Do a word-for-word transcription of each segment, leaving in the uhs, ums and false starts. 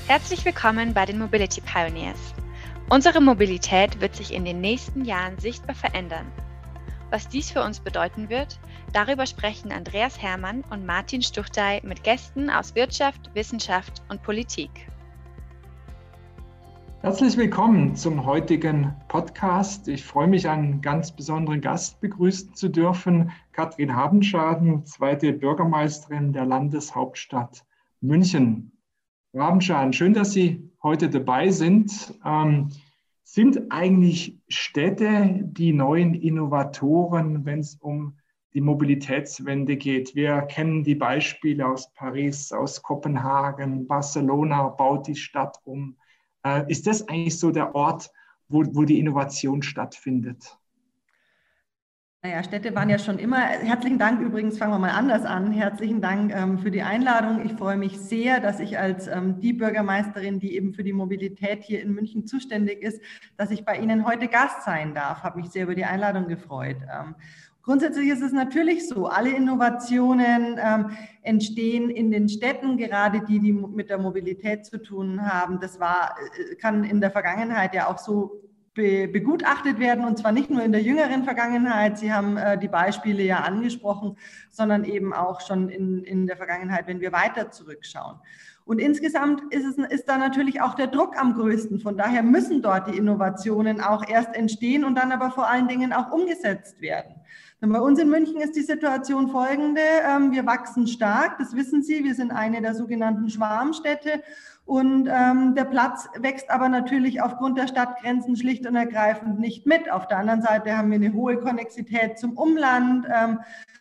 Herzlich willkommen bei den Mobility Pioneers. Unsere Mobilität wird sich in den nächsten Jahren sichtbar verändern. Was dies für uns bedeuten wird, darüber sprechen Andreas Hermann und Martin Stuchtey mit Gästen aus Wirtschaft, Wissenschaft und Politik. Herzlich willkommen zum heutigen Podcast. Ich freue mich, einen ganz besonderen Gast begrüßen zu dürfen, Katrin Habenschaden, zweite Bürgermeisterin der Landeshauptstadt München. Frau Habenschaden, schön, dass Sie heute dabei sind. Ähm, sind eigentlich Städte die neuen Innovatoren, wenn es um die Mobilitätswende geht? Wir kennen die Beispiele aus Paris, aus Kopenhagen, Barcelona baut die Stadt um. Äh, ist das eigentlich so der Ort, wo, wo die Innovation stattfindet? Naja, Städte waren ja schon immer, herzlichen Dank übrigens, fangen wir mal anders an, herzlichen Dank ähm, für die Einladung. Ich freue mich sehr, dass ich als ähm, die Bürgermeisterin, die eben für die Mobilität hier in München zuständig ist, dass ich bei Ihnen heute Gast sein darf. Habe mich sehr über die Einladung gefreut. Ähm, grundsätzlich ist es natürlich so, alle Innovationen ähm, entstehen in den Städten, gerade die, die mit der Mobilität zu tun haben. Das war, kann in der Vergangenheit ja auch so begutachtet werden, und zwar nicht nur in der jüngeren Vergangenheit, Sie haben äh, die Beispiele ja angesprochen, sondern eben auch schon in, in der Vergangenheit, wenn wir weiter zurückschauen. Und insgesamt ist, es, ist da natürlich auch der Druck am größten. Von daher müssen dort die Innovationen auch erst entstehen und dann aber vor allen Dingen auch umgesetzt werden. Denn bei uns in München ist die Situation folgende. Ähm, wir wachsen stark, das wissen Sie. Wir sind eine der sogenannten Schwarmstädte. Und ähm, der Platz wächst aber natürlich aufgrund der Stadtgrenzen schlicht und ergreifend nicht mit. Auf der anderen Seite haben wir eine hohe Konnexität zum Umland, ähm,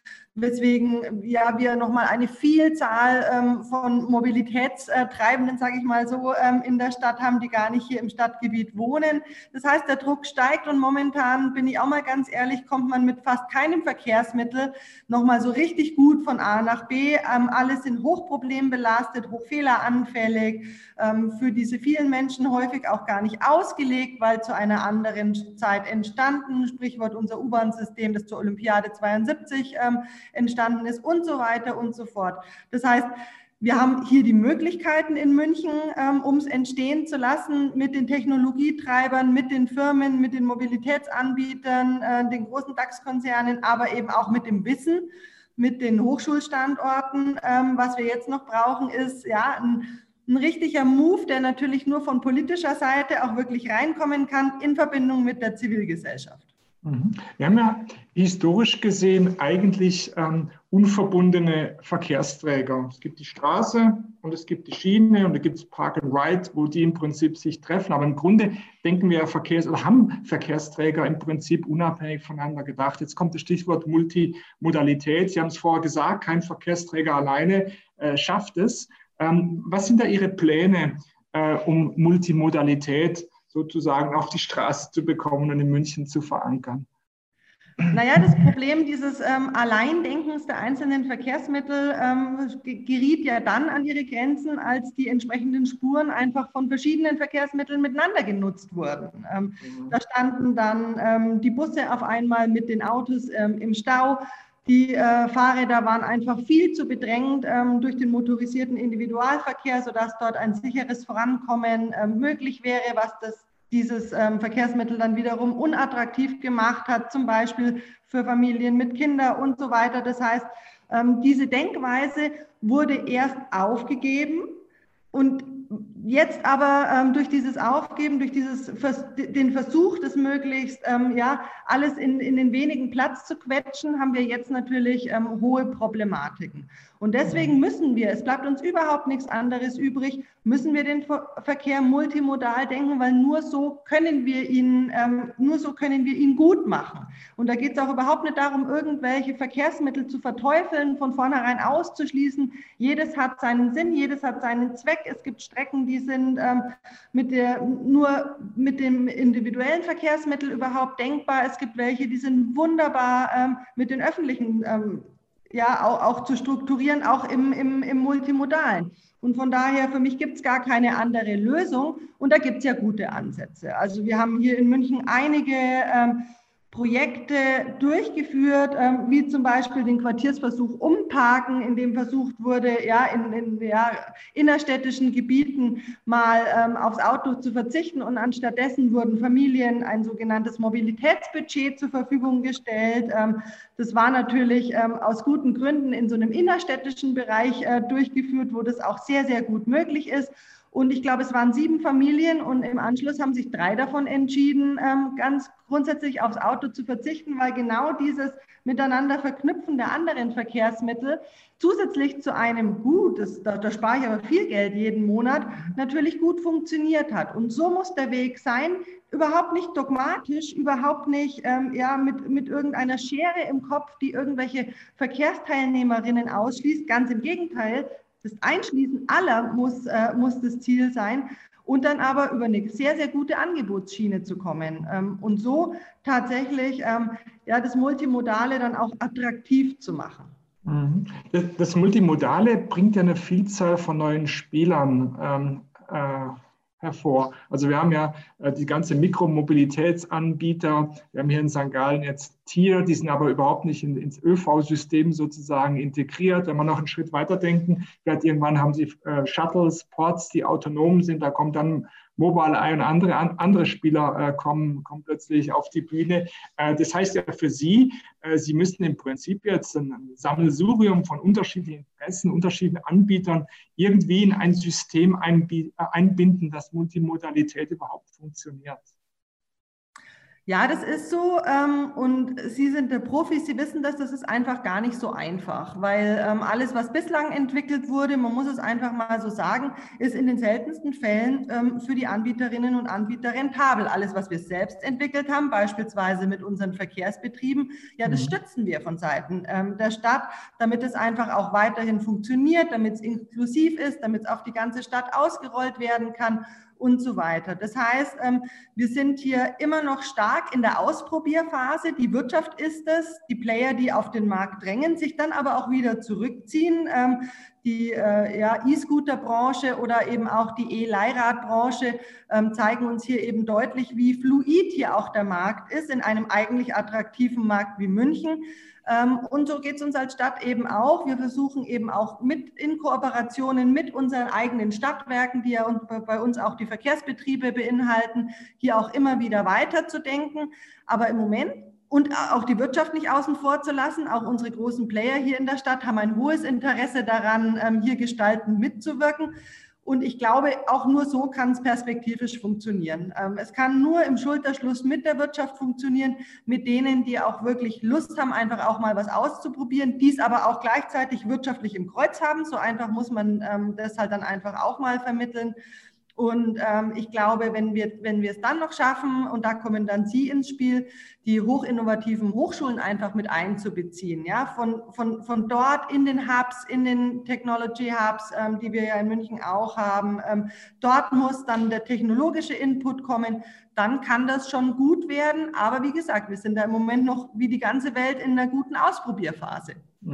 weswegen ja, wir nochmal eine Vielzahl ähm, von Mobilitätstreibenden, sage ich mal so, ähm, in der Stadt haben, die gar nicht hier im Stadtgebiet wohnen. Das heißt, der Druck steigt und momentan, bin ich auch mal ganz ehrlich, kommt man mit fast keinem Verkehrsmittel nochmal so richtig gut von A nach B. Ähm, alle sind hochproblembelastet, hochfehleranfällig, ähm, für diese vielen Menschen häufig auch gar nicht ausgelegt, weil zu einer anderen Zeit entstanden, Sprichwort unser U-Bahn-System, das zur Olympiade zweiundsiebzig ähm, entstanden ist und so weiter und so fort. Das heißt, wir haben hier die Möglichkeiten in München, ähm, um es entstehen zu lassen, mit den Technologietreibern, mit den Firmen, mit den Mobilitätsanbietern, äh, den großen DAX-Konzernen, aber eben auch mit dem Wissen, mit den Hochschulstandorten. Ähm, was wir jetzt noch brauchen, ist ja ein, ein richtiger Move, der natürlich nur von politischer Seite auch wirklich reinkommen kann, in Verbindung mit der Zivilgesellschaft. Wir haben ja historisch gesehen eigentlich ähm, unverbundene Verkehrsträger. Es gibt die Straße und es gibt die Schiene und da gibt es Park and Ride, wo die im Prinzip sich treffen. Aber im Grunde denken wir Verkehrs- oder haben Verkehrsträger im Prinzip unabhängig voneinander gedacht. Jetzt kommt das Stichwort Multimodalität. Sie haben es vorher gesagt, kein Verkehrsträger alleine äh, schafft es. Ähm, was sind da Ihre Pläne, äh, um Multimodalität sozusagen auf die Straße zu bekommen und in München zu verankern? Naja, das Problem dieses ähm, Alleindenkens der einzelnen Verkehrsmittel ähm, geriet ja dann an ihre Grenzen, als die entsprechenden Spuren einfach von verschiedenen Verkehrsmitteln miteinander genutzt wurden. Ähm, mhm. Da standen dann ähm, die Busse auf einmal mit den Autos ähm, im Stau. Die äh, Fahrräder waren einfach viel zu bedrängt ähm, durch den motorisierten Individualverkehr, sodass dort ein sicheres Vorankommen ähm, möglich wäre, was das dieses ähm, Verkehrsmittel dann wiederum unattraktiv gemacht hat, zum Beispiel für Familien mit Kindern und so weiter. Das heißt, ähm, diese Denkweise wurde erst aufgegeben und jetzt aber ähm, durch dieses Aufgeben, durch dieses Vers- den Versuch, das möglichst ähm, ja, alles in, in den wenigen Platz zu quetschen, haben wir jetzt natürlich ähm, hohe Problematiken. Und deswegen müssen wir, es bleibt uns überhaupt nichts anderes übrig, müssen wir den Ver- Verkehr multimodal denken, weil nur so können wir ihn, ähm, nur so können wir ihn gut machen. Und da geht es auch überhaupt nicht darum, irgendwelche Verkehrsmittel zu verteufeln, von vornherein auszuschließen. Jedes hat seinen Sinn, jedes hat seinen Zweck. Es gibt Strecken, die sind ähm, mit der, nur mit dem individuellen Verkehrsmittel überhaupt denkbar. Es gibt welche, die sind wunderbar ähm, mit den öffentlichen ähm, ja, auch, auch zu strukturieren, auch im, im, im Multimodalen. Und von daher, für mich gibt es gar keine andere Lösung. Und da gibt es ja gute Ansätze. Also wir haben hier in München einige ähm, Projekte durchgeführt, ähm, wie zum Beispiel den Quartiersversuch Umparken, in dem versucht wurde, ja, in, in ja, innerstädtischen Gebieten mal ähm, aufs Auto zu verzichten und anstattdessen wurden Familien ein sogenanntes Mobilitätsbudget zur Verfügung gestellt. Ähm, das war natürlich ähm, aus guten Gründen in so einem innerstädtischen Bereich äh, durchgeführt, wo das auch sehr, sehr gut möglich ist. Und ich glaube, es waren sieben Familien und im Anschluss haben sich drei davon entschieden, ganz grundsätzlich aufs Auto zu verzichten, weil genau dieses Miteinander Verknüpfen der anderen Verkehrsmittel zusätzlich zu einem Gut, das, da, da spare ich aber viel Geld jeden Monat, natürlich gut funktioniert hat. Und so muss der Weg sein, überhaupt nicht dogmatisch, überhaupt nicht ähm, ja, mit, mit irgendeiner Schere im Kopf, die irgendwelche Verkehrsteilnehmerinnen ausschließt. Ganz im Gegenteil. Das Einschließen aller muss, äh, muss das Ziel sein und dann aber über eine sehr, sehr gute Angebotsschiene zu kommen ähm, und so tatsächlich ähm, ja, das Multimodale dann auch attraktiv zu machen. Das, das Multimodale bringt ja eine Vielzahl von neuen Spielern ähm, äh, hervor. Also wir haben ja äh, die ganze Mikromobilitätsanbieter, wir haben hier in Sankt Gallen jetzt Tier, die sind aber überhaupt nicht in, ins ÖV-System sozusagen integriert. Wenn wir noch einen Schritt weiter denken, vielleicht irgendwann haben sie äh, Shuttles, Ports, die autonom sind, da kommt dann Mobileye und andere, andere Spieler äh, kommen, kommen plötzlich auf die Bühne. Äh, das heißt ja für Sie, äh, Sie müssten im Prinzip jetzt ein Sammelsurium von unterschiedlichen Interessen, unterschiedlichen Anbietern irgendwie in ein System einbinden, das Multimodalität überhaupt funktioniert. Ja, das ist so ähm, und Sie sind der Profi, Sie wissen das, das ist einfach gar nicht so einfach, weil ähm, alles, was bislang entwickelt wurde, man muss es einfach mal so sagen, ist in den seltensten Fällen ähm, für die Anbieterinnen und Anbieter rentabel. Alles, was wir selbst entwickelt haben, beispielsweise mit unseren Verkehrsbetrieben, ja, das stützen wir von Seiten ähm, der Stadt, damit es einfach auch weiterhin funktioniert, damit es inklusiv ist, damit es auf die ganze Stadt ausgerollt werden kann und so weiter. Das heißt, wir sind hier immer noch stark in der Ausprobierphase. Die Wirtschaft ist es, die Player, die auf den Markt drängen, sich dann aber auch wieder zurückziehen. Die ja, E-Scooter-Branche oder eben auch die E-Leihrad-Branche zeigen uns hier eben deutlich, wie fluid hier auch der Markt ist, in einem eigentlich attraktiven Markt wie München. Und so geht es uns als Stadt eben auch. Wir versuchen eben auch mit in Kooperationen mit unseren eigenen Stadtwerken, die ja bei uns auch die Verkehrsbetriebe beinhalten, hier auch immer wieder weiterzudenken. Aber im Moment und auch die Wirtschaft nicht außen vor zu lassen, auch unsere großen Player hier in der Stadt haben ein hohes Interesse daran, hier gestalten mitzuwirken. Und ich glaube, auch nur so kann es perspektivisch funktionieren. Es kann nur im Schulterschluss mit der Wirtschaft funktionieren, mit denen, die auch wirklich Lust haben, einfach auch mal was auszuprobieren, dies aber auch gleichzeitig wirtschaftlich im Kreuz haben. So einfach muss man das halt dann einfach auch mal vermitteln. Und ähm, ich glaube, wenn wir, wenn wir es dann noch schaffen, und da kommen dann Sie ins Spiel, die hochinnovativen Hochschulen einfach mit einzubeziehen, ja, von, von, von dort in den Hubs, in den Technology Hubs, ähm, die wir ja in München auch haben, ähm, dort muss dann der technologische Input kommen, dann kann das schon gut werden, aber wie gesagt, wir sind da im Moment noch wie die ganze Welt in einer guten Ausprobierphase.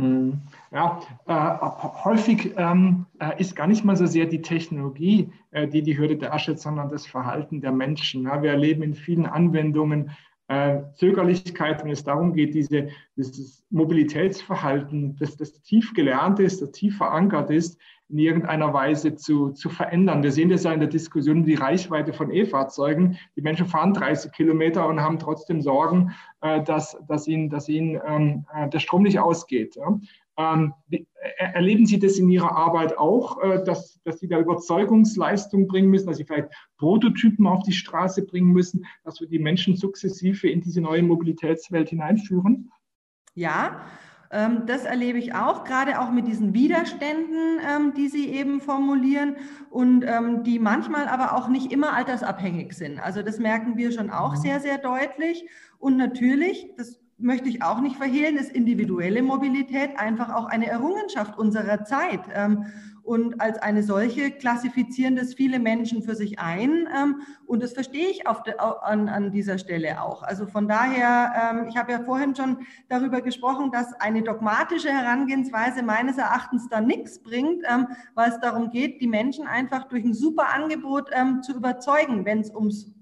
Ja, äh, häufig ähm, ist gar nicht mal so sehr die Technologie, äh, die die Hürde der Asche, sondern das Verhalten der Menschen. Ja, wir erleben in vielen Anwendungen äh, Zögerlichkeit, wenn es darum geht, diese, dieses Mobilitätsverhalten, das, das tief gelernt ist, das tief verankert ist, in irgendeiner Weise zu, zu verändern. Wir sehen das ja in der Diskussion um die Reichweite von E-Fahrzeugen. Die Menschen fahren dreißig Kilometer und haben trotzdem Sorgen, äh, dass, dass ihnen, dass ihnen ähm, der Strom nicht ausgeht. Ja? Ähm, erleben Sie das in Ihrer Arbeit auch, äh, dass, dass Sie da Überzeugungsleistung bringen müssen, dass Sie vielleicht Prototypen auf die Straße bringen müssen, dass wir die Menschen sukzessive in diese neue Mobilitätswelt hineinführen? Ja. Das erlebe ich auch, gerade auch mit diesen Widerständen, die Sie eben formulieren und die manchmal aber auch nicht immer altersabhängig sind. Also das merken wir schon auch sehr, sehr deutlich. Und natürlich, das möchte ich auch nicht verhehlen, ist individuelle Mobilität einfach auch eine Errungenschaft unserer Zeit. Und als eine solche klassifizieren das viele Menschen für sich ein. Und das verstehe ich auf de, an, an dieser Stelle auch. Also von daher, ich habe ja vorhin schon darüber gesprochen, dass eine dogmatische Herangehensweise meines Erachtens da nichts bringt, weil es darum geht, die Menschen einfach durch ein super Angebot zu überzeugen, wenn es ums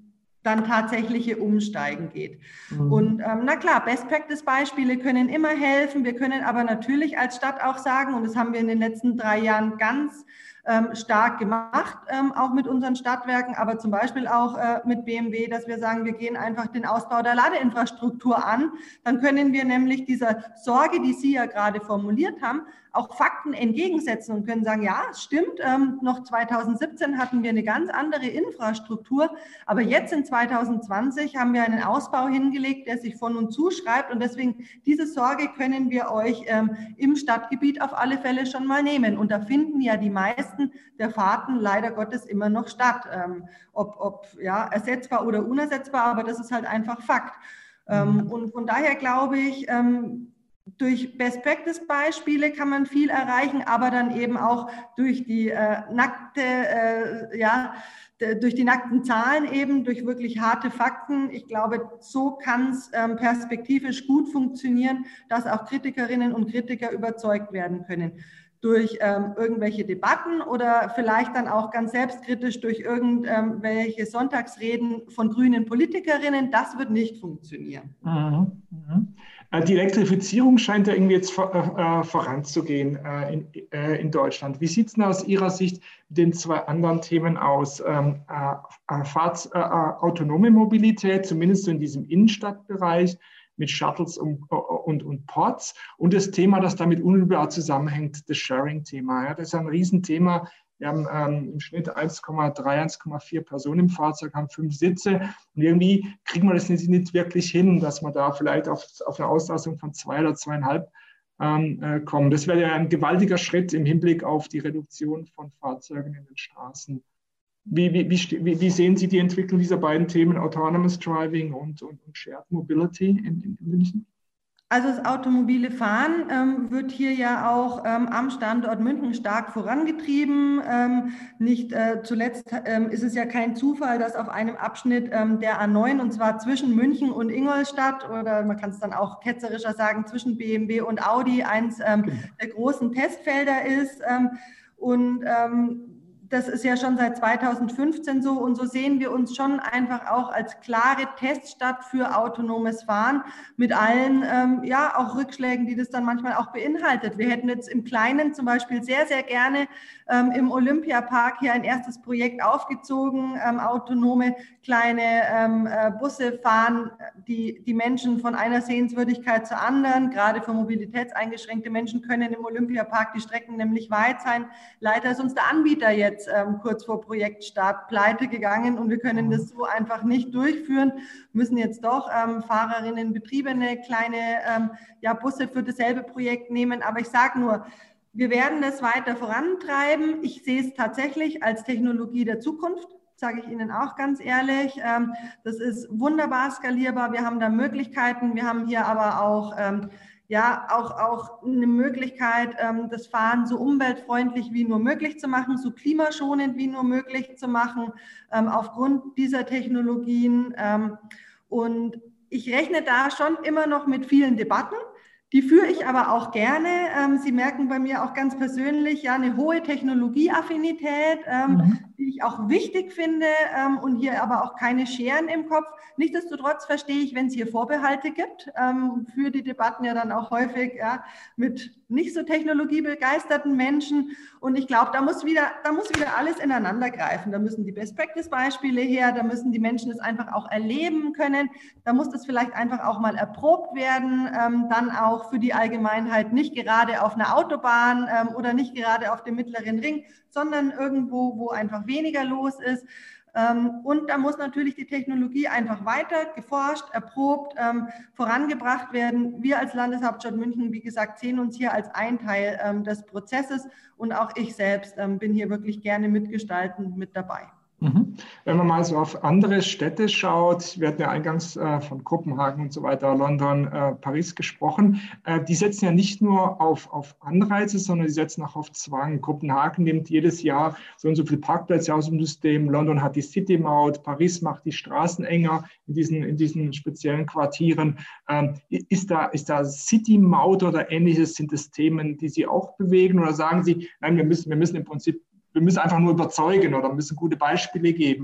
dann tatsächliche Umsteigen geht. Mhm. Und ähm, na klar, Best-Practice-Beispiele können immer helfen. Wir können aber natürlich als Stadt auch sagen, und das haben wir in den letzten drei Jahren ganz ähm, stark gemacht, ähm, auch mit unseren Stadtwerken, aber zum Beispiel auch äh, mit B M W, dass wir sagen, wir gehen einfach den Ausbau der Ladeinfrastruktur an. Dann können wir nämlich dieser Sorge, die Sie ja gerade formuliert haben, auch Fakten entgegensetzen und können sagen, ja, es stimmt, ähm, noch zweitausendsiebzehn hatten wir eine ganz andere Infrastruktur, aber jetzt in zweitausendzwanzig haben wir einen Ausbau hingelegt, der sich von uns zuschreibt und deswegen diese Sorge können wir euch ähm, im Stadtgebiet auf alle Fälle schon mal nehmen und da finden ja die meisten der Fahrten leider Gottes immer noch statt, ähm, ob, ob ja, ersetzbar oder unersetzbar, aber das ist halt einfach Fakt. Ähm, und von daher glaube ich, ähm, durch Best-Practice-Beispiele kann man viel erreichen, aber dann eben auch durch die äh, nackte, äh, ja, durch die nackten Zahlen eben, durch wirklich harte Fakten. Ich glaube, so kann es ähm, perspektivisch gut funktionieren, dass auch Kritikerinnen und Kritiker überzeugt werden können. Durch ähm, irgendwelche Debatten oder vielleicht dann auch ganz selbstkritisch durch irgendwelche Sonntagsreden von grünen Politikerinnen, das wird nicht funktionieren. Mhm. Mhm. Die Elektrifizierung scheint ja irgendwie jetzt vor, äh, voranzugehen äh, in, äh, in Deutschland. Wie sieht es denn aus Ihrer Sicht mit den zwei anderen Themen aus? Ähm, äh, Fahrt, äh, autonome Mobilität, zumindest so in diesem Innenstadtbereich, mit Shuttles und, und, und Pods und das Thema, das damit unmittelbar zusammenhängt, das Sharing-Thema. Ja, das ist ein Riesenthema. Wir haben ähm, im Schnitt eins Komma drei, eins Komma vier Personen im Fahrzeug, haben fünf Sitze und irgendwie kriegen wir das nicht, nicht wirklich hin, dass wir da vielleicht auf, auf eine Auslastung von zwei oder zweieinhalb ähm, äh, kommen. Das wäre ja ein gewaltiger Schritt im Hinblick auf die Reduktion von Fahrzeugen in den Straßen. Wie, wie, wie, wie sehen Sie die Entwicklung dieser beiden Themen, Autonomous Driving und, und, und Shared Mobility in, in München? Also das automobile Fahren ähm, wird hier ja auch ähm, am Standort München stark vorangetrieben. Ähm, nicht äh, zuletzt ähm, ist es ja kein Zufall, dass auf einem Abschnitt ähm, der A neun, und zwar zwischen München und Ingolstadt, oder man kann es dann auch ketzerischer sagen, zwischen B M W und Audi, eins ähm, der großen Testfelder ist. Ähm, und ähm, das ist ja schon seit zweitausendfünfzehn so und so sehen wir uns schon einfach auch als klare Teststadt für autonomes Fahren mit allen, ähm, ja, auch Rückschlägen, die das dann manchmal auch beinhaltet. Wir hätten jetzt im Kleinen zum Beispiel sehr, sehr gerne ähm, im Olympiapark hier ein erstes Projekt aufgezogen, ähm, autonome kleine ähm, äh, Busse fahren, die die Menschen von einer Sehenswürdigkeit zur anderen. Gerade für mobilitätseingeschränkte Menschen können im Olympiapark die Strecken nämlich weit sein. Leider ist uns der Anbieter jetzt ähm, kurz vor Projektstart pleite gegangen und wir können das so einfach nicht durchführen, müssen jetzt doch ähm, Fahrerinnen betriebene kleine ähm, ja, Busse für dasselbe Projekt nehmen. Aber ich sage nur, wir werden das weiter vorantreiben. Ich sehe es tatsächlich als Technologie der Zukunft, sage ich Ihnen auch ganz ehrlich. Ähm, das ist wunderbar skalierbar. Wir haben da Möglichkeiten. Wir haben hier aber auch ähm, ja, auch, auch eine Möglichkeit, ähm, das Fahren so umweltfreundlich wie nur möglich zu machen, so klimaschonend wie nur möglich zu machen, ähm, aufgrund dieser Technologien. Ähm, und ich rechne da schon immer noch mit vielen Debatten. Die führe ich aber auch gerne. Ähm, Sie merken bei mir auch ganz persönlich ja eine hohe Technologieaffinität, ähm, mhm. die ich auch wichtig finde ähm, und hier aber auch keine Scheren im Kopf. Nichtsdestotrotz verstehe ich, wenn es hier Vorbehalte gibt, ähm, für die Debatten ja dann auch häufig ja, mit nicht so technologiebegeisterten Menschen. Und ich glaube, da muss wieder, da muss wieder alles ineinander greifen. Da müssen die Best-Practice-Beispiele her, da müssen die Menschen es einfach auch erleben können. Da muss das vielleicht einfach auch mal erprobt werden, ähm, dann auch für die Allgemeinheit nicht gerade auf einer Autobahn ähm, oder nicht gerade auf dem mittleren Ring, sondern irgendwo, wo einfach weniger los ist. Ähm, und da muss natürlich die Technologie einfach weiter geforscht, erprobt, ähm, vorangebracht werden. Wir als Landeshauptstadt München, wie gesagt, sehen uns hier als ein Teil ähm, des Prozesses und auch ich selbst ähm, bin hier wirklich gerne mitgestaltend mit dabei. Mhm. Wenn man mal so auf andere Städte schaut, wir hatten ja eingangs äh, von Kopenhagen und so weiter, London, äh, Paris gesprochen, äh, die setzen ja nicht nur auf, auf Anreize, sondern die setzen auch auf Zwang. Kopenhagen nimmt jedes Jahr so und so viele Parkplätze aus dem System, London hat die City-Maut, Paris macht die Straßen enger in diesen, in diesen speziellen Quartieren. Ähm, ist da, ist da City-Maut oder Ähnliches, sind das Themen, die Sie auch bewegen oder sagen Sie, nein, wir müssen, wir müssen im Prinzip Wir müssen einfach nur überzeugen oder müssen gute Beispiele geben.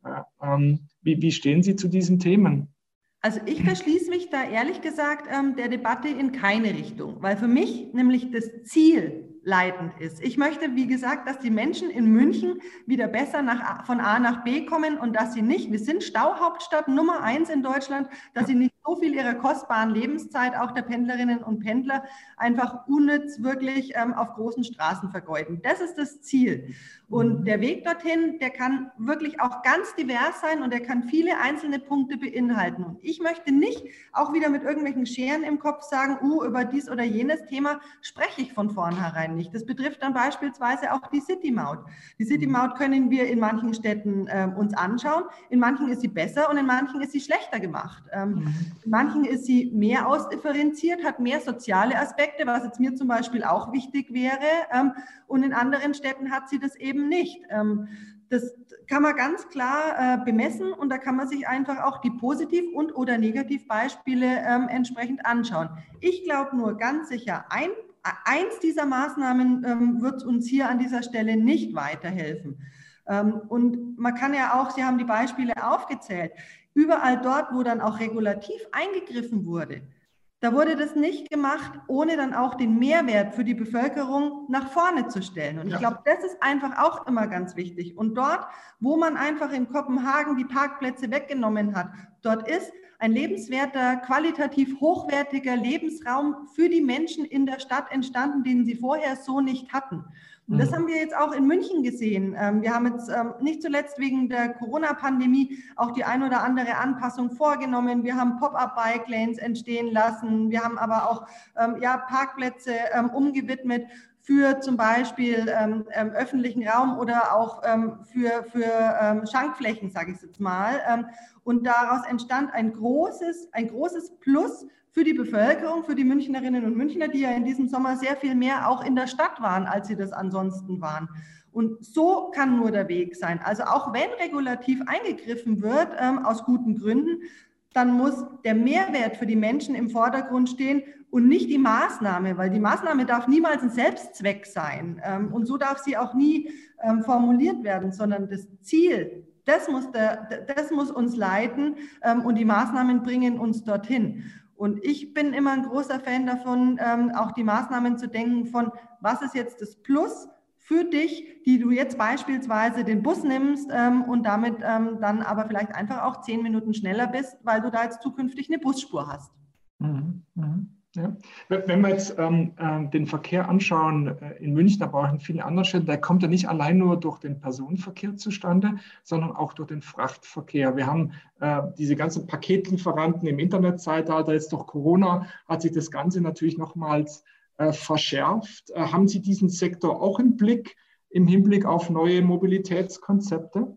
Wie, wie stehen Sie zu diesen Themen? Also ich verschließe mich da ehrlich gesagt der Debatte in keine Richtung, weil für mich nämlich das Ziel leitend ist. Ich möchte, wie gesagt, dass die Menschen in München wieder besser nach, von A nach B kommen und dass sie nicht, wir sind Stauhauptstadt Nummer eins in Deutschland, dass sie nicht so viel ihrer kostbaren Lebenszeit, auch der Pendlerinnen und Pendler, einfach unnütz wirklich ähm, auf großen Straßen vergeuden. Das ist das Ziel. Und der Weg dorthin, der kann wirklich auch ganz divers sein und der kann viele einzelne Punkte beinhalten. Und ich möchte nicht auch wieder mit irgendwelchen Scheren im Kopf sagen, uh, über dies oder jenes Thema spreche ich von vornherein nicht. Das betrifft dann beispielsweise auch die City-Maut. Die City-Maut können wir in manchen Städten äh, uns anschauen. In manchen ist sie besser und in manchen ist sie schlechter gemacht. Ähm, in manchen ist sie mehr ausdifferenziert, hat mehr soziale Aspekte, was jetzt mir zum Beispiel auch wichtig wäre. Ähm, und in anderen Städten hat sie das eben nicht. Ähm, das kann man ganz klar äh, bemessen und da kann man sich einfach auch die Positiv- und oder Negativbeispiele ähm, entsprechend anschauen. Ich glaube nur ganz sicher, ein Eins dieser Maßnahmen ähm, wird uns hier an dieser Stelle nicht weiterhelfen. Ähm, und man kann ja auch, Sie haben die Beispiele aufgezählt, überall dort, wo dann auch regulativ eingegriffen wurde, da wurde das nicht gemacht, ohne dann auch den Mehrwert für die Bevölkerung nach vorne zu stellen. Und ich glaube, das ist einfach auch immer ganz wichtig. Und dort, wo man einfach in Kopenhagen die Parkplätze weggenommen hat, dort ist ein lebenswerter, qualitativ hochwertiger Lebensraum für die Menschen in der Stadt entstanden, den sie vorher so nicht hatten. Und das haben wir jetzt auch in München gesehen. Wir haben jetzt nicht zuletzt wegen der Corona-Pandemie auch die ein oder andere Anpassung vorgenommen. Wir haben Pop-up-Bike-Lanes entstehen lassen. Wir haben aber auch ja, Parkplätze umgewidmet für zum Beispiel ähm, ähm, öffentlichen Raum oder auch ähm, für, für ähm, Schankflächen, sage ich jetzt mal. Ähm, und daraus entstand ein großes, ein großes Plus für die Bevölkerung, für die Münchnerinnen und Münchner, die ja in diesem Sommer sehr viel mehr auch in der Stadt waren, als sie das ansonsten waren. Und so kann nur der Weg sein. Also auch wenn regulativ eingegriffen wird, ähm, aus guten Gründen, dann muss der Mehrwert für die Menschen im Vordergrund stehen und nicht die Maßnahme, weil die Maßnahme darf niemals ein Selbstzweck sein. Ähm, und so darf sie auch nie ähm, formuliert werden, sondern das Ziel, das muss, der, das muss uns leiten ähm, und die Maßnahmen bringen uns dorthin. Und ich bin immer ein großer Fan davon, ähm, auch die Maßnahmen zu denken von, was ist jetzt das Plus für dich, die du jetzt beispielsweise den Bus nimmst ähm, und damit ähm, dann aber vielleicht einfach auch zehn Minuten schneller bist, weil du da jetzt zukünftig eine Busspur hast. Mhm, mhm. Ja. Wenn wir jetzt ähm, äh, den Verkehr anschauen äh, in München, aber auch in vielen anderen Städten, der kommt ja nicht allein nur durch den Personenverkehr zustande, sondern auch durch den Frachtverkehr. Wir haben äh, diese ganzen Paketlieferanten im Internetzeitalter, jetzt durch Corona hat sich das Ganze natürlich nochmals äh, verschärft. Äh, haben Sie diesen Sektor auch im Blick, im Hinblick auf neue Mobilitätskonzepte?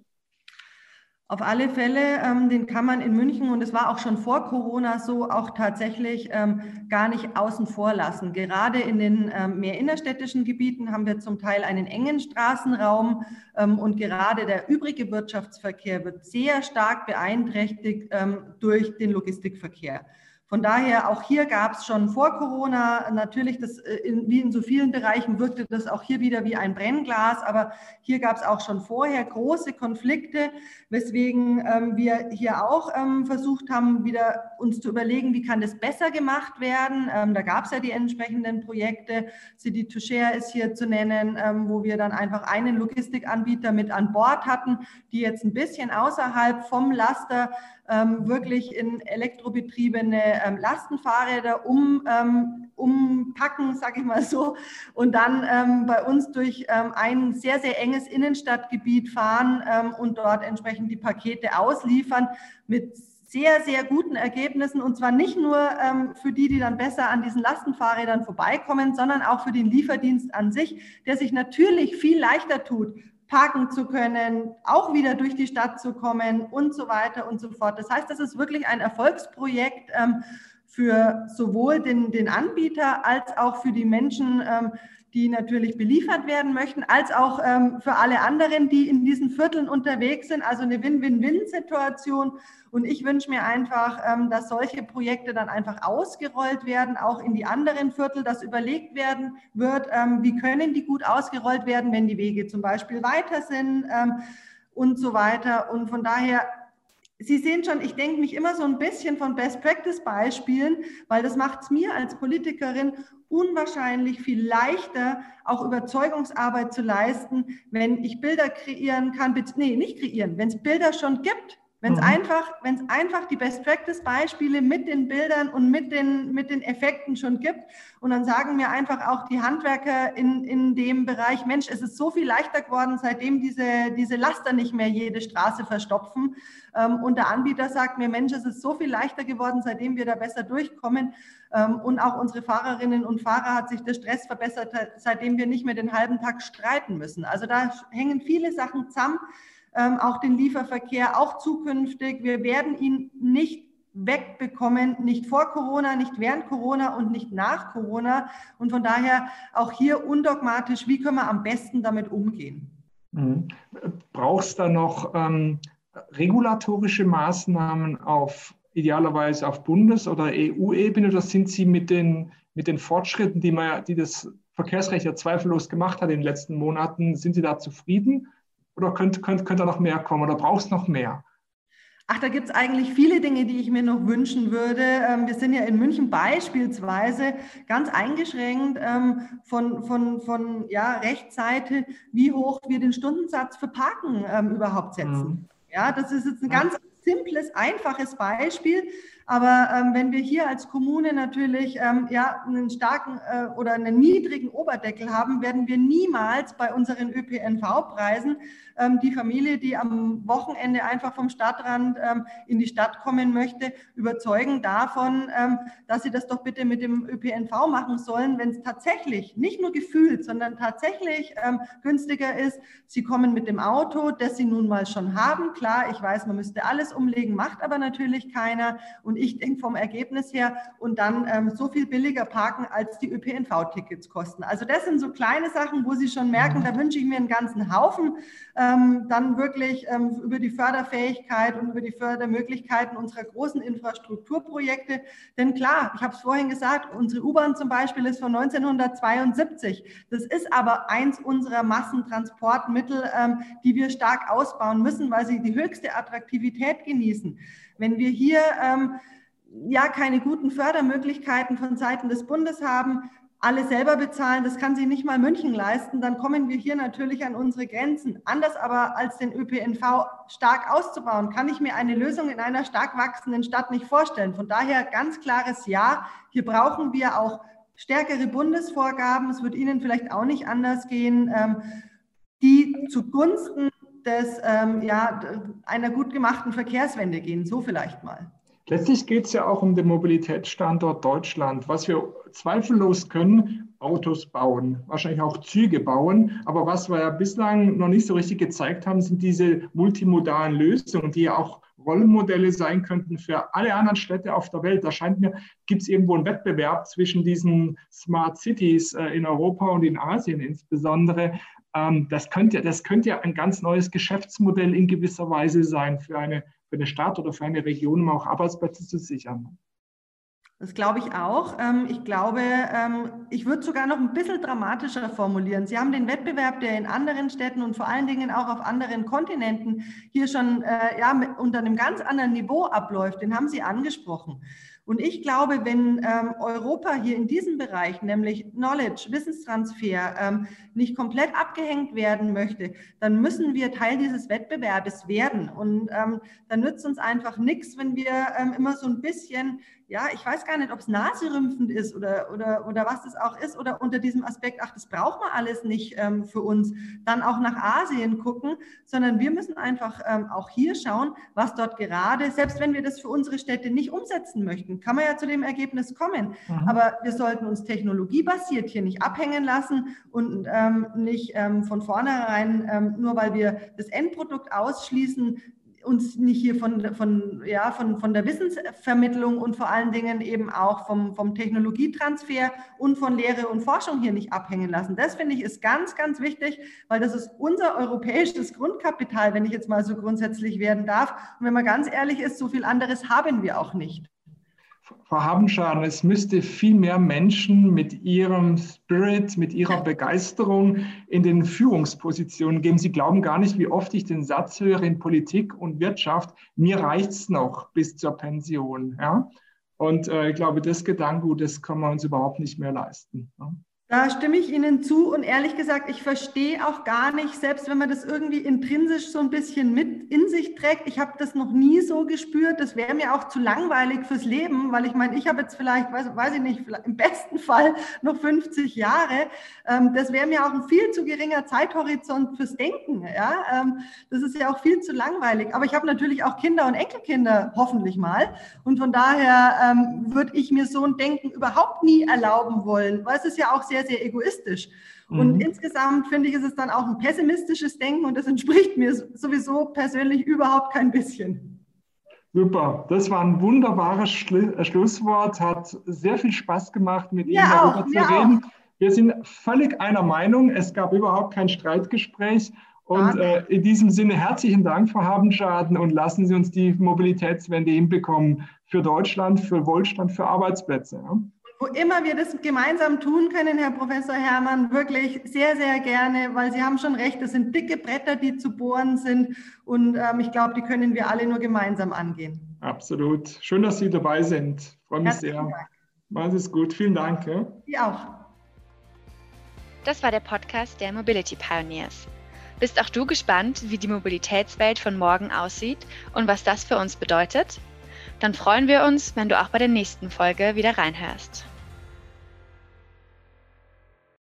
Auf alle Fälle, ähm, den kann man in München, und es war auch schon vor Corona so, auch tatsächlich ähm, gar nicht außen vor lassen. Gerade in den ähm, mehr innerstädtischen Gebieten haben wir zum Teil einen engen Straßenraum ähm, und gerade der übrige Wirtschaftsverkehr wird sehr stark beeinträchtigt ähm, durch den Logistikverkehr. Von daher, auch hier gab es schon vor Corona natürlich, das, in, wie in so vielen Bereichen wirkte das auch hier wieder wie ein Brennglas, aber hier gab es auch schon vorher große Konflikte, weswegen ähm, wir hier auch ähm, versucht haben, wieder uns zu überlegen, wie kann das besser gemacht werden. Ähm, da gab es ja die entsprechenden Projekte, City to Share ist hier zu nennen, ähm, wo wir dann einfach einen Logistikanbieter mit an Bord hatten, die jetzt ein bisschen außerhalb vom Laster ähm, wirklich in elektrobetriebene ähm, Lastenfahrräder um, ähm, umpacken, sage ich mal so, und dann ähm, bei uns durch ähm, ein sehr, sehr enges Innenstadtgebiet fahren ähm, und dort entsprechend die Pakete ausliefern mit sehr, sehr guten Ergebnissen, und zwar nicht nur ähm, für die, die dann besser an diesen Lastenfahrrädern vorbeikommen, sondern auch für den Lieferdienst an sich, der sich natürlich viel leichter tut, parken zu können, auch wieder durch die Stadt zu kommen und so weiter und so fort. Das heißt, das ist wirklich ein Erfolgsprojekt ähm, für sowohl den, den Anbieter als auch für die Menschen, ähm, die natürlich beliefert werden möchten, als auch ähm, für alle anderen, die in diesen Vierteln unterwegs sind. Also eine Win-Win-Win-Situation. Und ich wünsche mir einfach, ähm, dass solche Projekte dann einfach ausgerollt werden, auch in die anderen Viertel, dass überlegt werden wird, ähm, wie können die gut ausgerollt werden, wenn die Wege zum Beispiel weiter sind. Ähm, und so weiter. Und von daher, Sie sehen schon, ich denke mich immer so ein bisschen von Best-Practice-Beispielen, weil das macht es mir als Politikerin unwahrscheinlich viel leichter, auch Überzeugungsarbeit zu leisten, wenn ich Bilder kreieren kann, nee, nicht kreieren, wenn es Bilder schon gibt. Wenn es mhm. einfach, wenn es einfach die Best-Practice-Beispiele mit den Bildern und mit den, mit den Effekten schon gibt und dann sagen mir einfach auch die Handwerker in, in dem Bereich, Mensch, es ist so viel leichter geworden, seitdem diese, diese Laster nicht mehr jede Straße verstopfen ähm, und der Anbieter sagt mir, Mensch, es ist so viel leichter geworden, seitdem wir da besser durchkommen ähm, und auch unsere Fahrerinnen und Fahrer hat sich der Stress verbessert, seitdem wir nicht mehr den halben Tag streiten müssen. Also da hängen viele Sachen zusammen. Ähm, auch den Lieferverkehr, auch zukünftig. Wir werden ihn nicht wegbekommen, nicht vor Corona, nicht während Corona und nicht nach Corona. Und von daher auch hier undogmatisch, wie können wir am besten damit umgehen? Mhm. Brauchst du da noch ähm, regulatorische Maßnahmen auf idealerweise auf Bundes- oder E U-Ebene oder sind Sie mit den, mit den Fortschritten, die, man, die das Verkehrsrecht ja zweifellos gemacht hat in den letzten Monaten, sind Sie da zufrieden? Oder könnte, könnte, könnte da noch mehr kommen? Oder brauchst du noch mehr? Ach, da gibt es eigentlich viele Dinge, die ich mir noch wünschen würde. Wir sind ja in München beispielsweise ganz eingeschränkt von, von, von ja, Rechtsseite, wie hoch wir den Stundensatz für Parken ähm, überhaupt setzen. Mhm. Ja, das ist jetzt ein ja. ganz simples, einfaches Beispiel. Aber ähm, wenn wir hier als Kommune natürlich ähm, ja, einen starken äh, oder einen niedrigen Oberdeckel haben, werden wir niemals bei unseren Ö P N V-Preisen ähm, die Familie, die am Wochenende einfach vom Stadtrand ähm, in die Stadt kommen möchte, überzeugen davon, ähm, dass sie das doch bitte mit dem Ö P N V machen sollen, wenn es tatsächlich, nicht nur gefühlt, sondern tatsächlich ähm, günstiger ist. Sie kommen mit dem Auto, das sie nun mal schon haben. Klar, ich weiß, man müsste alles umlegen, macht aber natürlich keiner. Und ich denke vom Ergebnis her und dann ähm, so viel billiger parken, als die Ö P N V-Tickets kosten. Also das sind so kleine Sachen, wo Sie schon merken, da wünsche ich mir einen ganzen Haufen. Ähm, dann wirklich ähm, über die Förderfähigkeit und über die Fördermöglichkeiten unserer großen Infrastrukturprojekte. Denn klar, ich habe es vorhin gesagt, unsere U-Bahn zum Beispiel ist von neunzehnhundertzweiundsiebzig. Das ist aber eins unserer Massentransportmittel, ähm, die wir stark ausbauen müssen, weil sie die höchste Attraktivität genießen. Wenn wir hier ähm, ja keine guten Fördermöglichkeiten von Seiten des Bundes haben, alle selber bezahlen, das kann sich nicht mal München leisten, dann kommen wir hier natürlich an unsere Grenzen. Anders aber als den Ö P N V stark auszubauen, kann ich mir eine Lösung in einer stark wachsenden Stadt nicht vorstellen. Von daher ganz klares Ja, hier brauchen wir auch stärkere Bundesvorgaben, es wird Ihnen vielleicht auch nicht anders gehen, ähm, die zugunsten des, ähm, ja, einer gut gemachten Verkehrswende gehen, so vielleicht mal. Letztlich geht es ja auch um den Mobilitätsstandort Deutschland. Was wir zweifellos können, Autos bauen, wahrscheinlich auch Züge bauen. Aber was wir ja bislang noch nicht so richtig gezeigt haben, sind diese multimodalen Lösungen, die ja auch Rollenmodelle sein könnten für alle anderen Städte auf der Welt. Da scheint mir, gibt es irgendwo einen Wettbewerb zwischen diesen Smart Cities in Europa und in Asien insbesondere. Das könnte, das könnte ja ein ganz neues Geschäftsmodell in gewisser Weise sein für eine, für eine Stadt oder für eine Region, um auch Arbeitsplätze zu sichern. Das glaube ich auch. Ich glaube, ich würde sogar noch ein bisschen dramatischer formulieren. Sie haben den Wettbewerb, der in anderen Städten und vor allen Dingen auch auf anderen Kontinenten hier schon ja, unter einem ganz anderen Niveau abläuft. Den haben Sie angesprochen. Und ich glaube, wenn ähm, Europa hier in diesem Bereich, nämlich Knowledge, Wissenstransfer, ähm, nicht komplett abgehängt werden möchte, dann müssen wir Teil dieses Wettbewerbes werden. Und ähm, dann nützt uns einfach nichts, wenn wir ähm, immer so ein bisschen, ja, ich weiß gar nicht, ob es naserümpfend ist oder, oder, oder was das auch ist, oder unter diesem Aspekt, ach, das braucht man alles nicht ähm, für uns, dann auch nach Asien gucken, sondern wir müssen einfach ähm, auch hier schauen, was dort gerade, selbst wenn wir das für unsere Städte nicht umsetzen möchten, kann man ja zu dem Ergebnis kommen. Mhm. Aber wir sollten uns technologiebasiert hier nicht abhängen lassen und ähm, nicht ähm, von vornherein, ähm, nur weil wir das Endprodukt ausschließen, uns nicht hier von, von, ja, von, von der Wissensvermittlung und vor allen Dingen eben auch vom, vom Technologietransfer und von Lehre und Forschung hier nicht abhängen lassen. Das finde ich ist ganz, ganz wichtig, weil das ist unser europäisches Grundkapital, wenn ich jetzt mal so grundsätzlich werden darf. Und wenn man ganz ehrlich ist, so viel anderes haben wir auch nicht. Frau Habenschaden, es müsste viel mehr Menschen mit ihrem Spirit, mit ihrer Begeisterung in den Führungspositionen geben. Sie glauben gar nicht, wie oft ich den Satz höre in Politik und Wirtschaft, mir reicht's noch bis zur Pension. Ja? Und äh, ich glaube, das Gedankengut, das können wir uns überhaupt nicht mehr leisten. Ja? Da stimme ich Ihnen zu und ehrlich gesagt, ich verstehe auch gar nicht, selbst wenn man das irgendwie intrinsisch so ein bisschen mit in sich trägt, ich habe das noch nie so gespürt, das wäre mir auch zu langweilig fürs Leben, weil ich meine, ich habe jetzt vielleicht, weiß, weiß ich nicht, im besten Fall noch fünfzig Jahre, ähm, das wäre mir auch ein viel zu geringer Zeithorizont fürs Denken, ja, ähm, das ist ja auch viel zu langweilig, aber ich habe natürlich auch Kinder und Enkelkinder, hoffentlich mal, und von daher ähm, würde ich mir so ein Denken überhaupt nie erlauben wollen, weil es ist ja auch sehr sehr, sehr egoistisch. Und mhm. insgesamt finde ich, ist es dann auch ein pessimistisches Denken und das entspricht mir sowieso persönlich überhaupt kein bisschen. Super, das war ein wunderbares Schlu- Schlusswort, hat sehr viel Spaß gemacht, mit mir Ihnen darüber auch, zu reden. Auch. Wir sind völlig einer Meinung, es gab überhaupt kein Streitgespräch. Und äh, in diesem Sinne herzlichen Dank, Frau Habenschaden, und lassen Sie uns die Mobilitätswende hinbekommen für Deutschland, für Wohlstand, für Arbeitsplätze. Ja? Wo immer wir das gemeinsam tun können, Herr Professor Herrmann, wirklich sehr, sehr gerne, weil Sie haben schon recht, das sind dicke Bretter, die zu bohren sind und ähm, ich glaube, die können wir alle nur gemeinsam angehen. Absolut. Schön, dass Sie dabei sind. Ich freue mich Herzlichen sehr. Dank. Machen Sie es gut. Vielen Dank. Ja. Sie auch. Das war der Podcast der Mobility Pioneers. Bist auch du gespannt, wie die Mobilitätswelt von morgen aussieht und was das für uns bedeutet? Dann freuen wir uns, wenn du auch bei der nächsten Folge wieder reinhörst.